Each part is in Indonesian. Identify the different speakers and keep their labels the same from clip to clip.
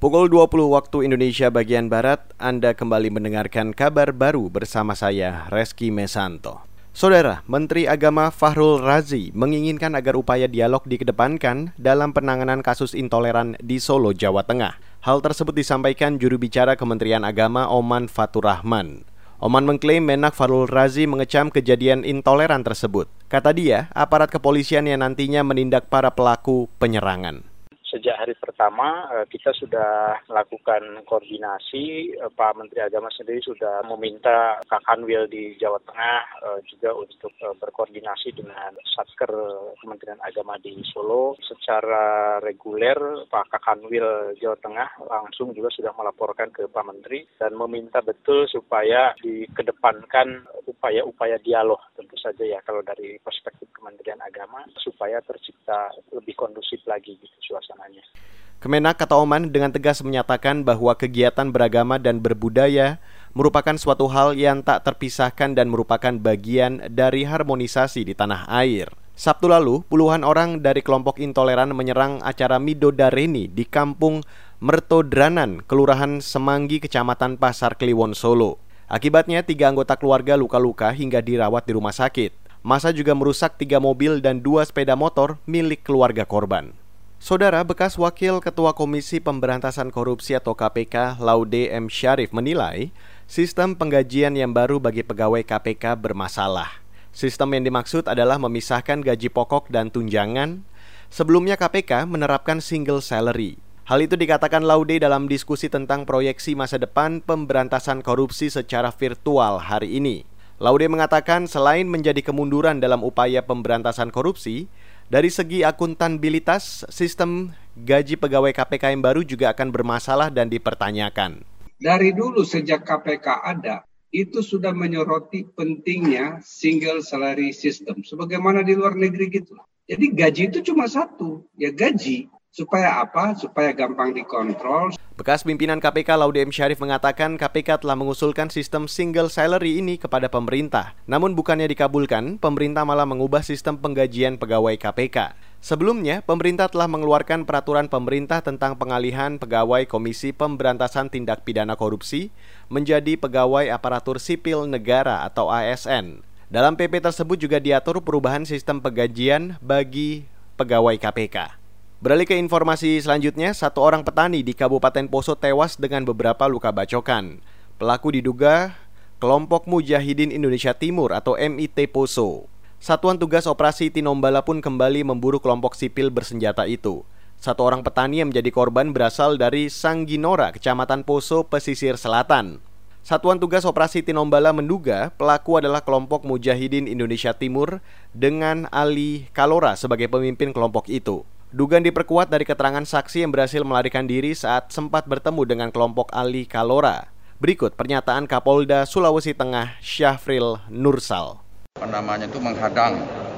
Speaker 1: Pukul 20 waktu Indonesia bagian Barat, Anda kembali mendengarkan kabar baru bersama saya, Reski Mesanto. Saudara, Menteri Agama Fahrul Razi menginginkan agar upaya dialog dikedepankan dalam penanganan kasus intoleran di Solo, Jawa Tengah. Hal tersebut disampaikan juru bicara Kementerian Agama Oman Faturrahman. Oman mengklaim Menak Fahrul Razi mengecam kejadian intoleran tersebut. Kata dia, aparat kepolisian yang nantinya menindak para pelaku penyerangan.
Speaker 2: Sejak hari pertama kita sudah melakukan koordinasi, Pak Menteri Agama sendiri sudah meminta Kak Kanwil di Jawa Tengah juga untuk berkoordinasi dengan Satker Kementerian Agama di Solo. Secara reguler Pak Kak Kanwil Jawa Tengah langsung juga sudah melaporkan ke Pak Menteri dan meminta betul supaya dikedepankan upaya-upaya dialog, tentu saja ya kalau dari perspektif Kementerian Agama, supaya tercipta lebih kondusif lagi gitu suasana.
Speaker 1: Kemenak, kata Oman, dengan tegas menyatakan bahwa kegiatan beragama dan berbudaya merupakan suatu hal yang tak terpisahkan dan merupakan bagian dari harmonisasi di tanah air. Sabtu lalu, puluhan orang dari kelompok intoleran menyerang acara Midodareni di Kampung Mertodranan, Kelurahan Semanggi, Kecamatan Pasar Kliwon, Solo. Akibatnya 3 anggota keluarga luka-luka hingga dirawat di rumah sakit. Massa juga merusak 3 mobil dan 2 sepeda motor milik keluarga korban. Saudara, bekas Wakil Ketua Komisi Pemberantasan Korupsi atau KPK, Laude M. Syarif menilai sistem penggajian yang baru bagi pegawai KPK bermasalah. Sistem yang dimaksud adalah memisahkan gaji pokok dan tunjangan. Sebelumnya KPK menerapkan single salary. Hal itu dikatakan Laude dalam diskusi tentang proyeksi masa depan pemberantasan korupsi secara virtual hari ini. Laude mengatakan selain menjadi kemunduran dalam upaya pemberantasan korupsi, dari segi akuntabilitas, sistem gaji pegawai KPK yang baru juga akan bermasalah dan dipertanyakan.
Speaker 3: Dari dulu sejak KPK ada, itu sudah menyoroti pentingnya single salary system. Sebagaimana di luar negeri gitu. Jadi gaji itu cuma satu, ya gaji. Supaya apa? Supaya gampang dikontrol.
Speaker 1: Bekas pimpinan KPK Laude M. Syarif mengatakan KPK telah mengusulkan sistem single salary ini kepada pemerintah. Namun bukannya dikabulkan, pemerintah malah mengubah sistem penggajian pegawai KPK. Sebelumnya, pemerintah telah mengeluarkan peraturan pemerintah tentang pengalihan pegawai Komisi Pemberantasan Tindak Pidana Korupsi menjadi pegawai aparatur sipil negara atau ASN. Dalam PP tersebut juga diatur perubahan sistem penggajian bagi pegawai KPK. Beralih ke informasi selanjutnya, 1 orang petani di Kabupaten Poso tewas dengan beberapa luka bacokan. Pelaku diduga kelompok Mujahidin Indonesia Timur atau MIT Poso. Satuan Tugas Operasi Tinombala pun kembali memburu kelompok sipil bersenjata itu. 1 orang petani yang menjadi korban berasal dari Sangginora, Kecamatan Poso, Pesisir Selatan. Satuan Tugas Operasi Tinombala menduga pelaku adalah kelompok Mujahidin Indonesia Timur dengan Ali Kalora sebagai pemimpin kelompok itu. Dugaan diperkuat dari keterangan saksi yang berhasil melarikan diri saat sempat bertemu dengan kelompok Ali Kalora. Berikut pernyataan Kapolda Sulawesi Tengah, Syafril Nursal.
Speaker 4: Namanya itu menghadang.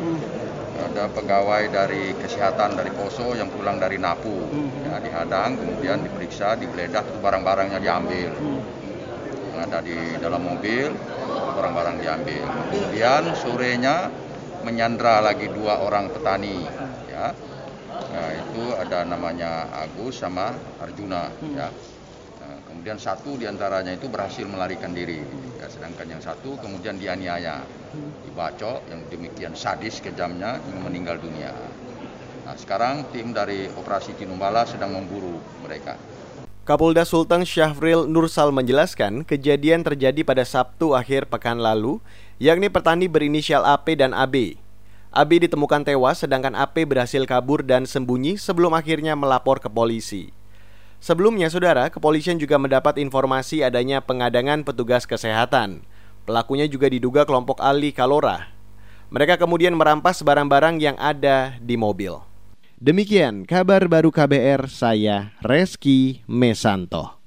Speaker 4: Ada pegawai dari kesehatan dari Poso yang pulang dari Napu. Ya, dihadang, kemudian diperiksa, digeledah, barang-barangnya diambil. Ada di dalam mobil, barang-barang diambil. Kemudian sorenya menyandra lagi 2 orang petani. Ya. Nah, itu ada namanya Agus sama Arjuna, ya. Nah, kemudian 1 diantaranya itu berhasil melarikan diri, ya, sedangkan yang 1 kemudian dianiaya, dibacok yang demikian sadis kejamnya hingga meninggal dunia. Nah, sekarang tim dari Operasi Tinombala sedang memburu mereka.
Speaker 1: Kapolda Sulteng Syafril Nursal menjelaskan kejadian terjadi pada Sabtu akhir pekan lalu, yakni petani berinisial AP dan AB. AB ditemukan tewas sedangkan AP berhasil kabur dan sembunyi sebelum akhirnya melapor ke polisi. Sebelumnya, saudara, kepolisian juga mendapat informasi adanya pengadangan petugas kesehatan. Pelakunya juga diduga kelompok Ali Kalora. Mereka kemudian merampas barang-barang yang ada di mobil. Demikian kabar baru KBR, saya Reski Mesanto.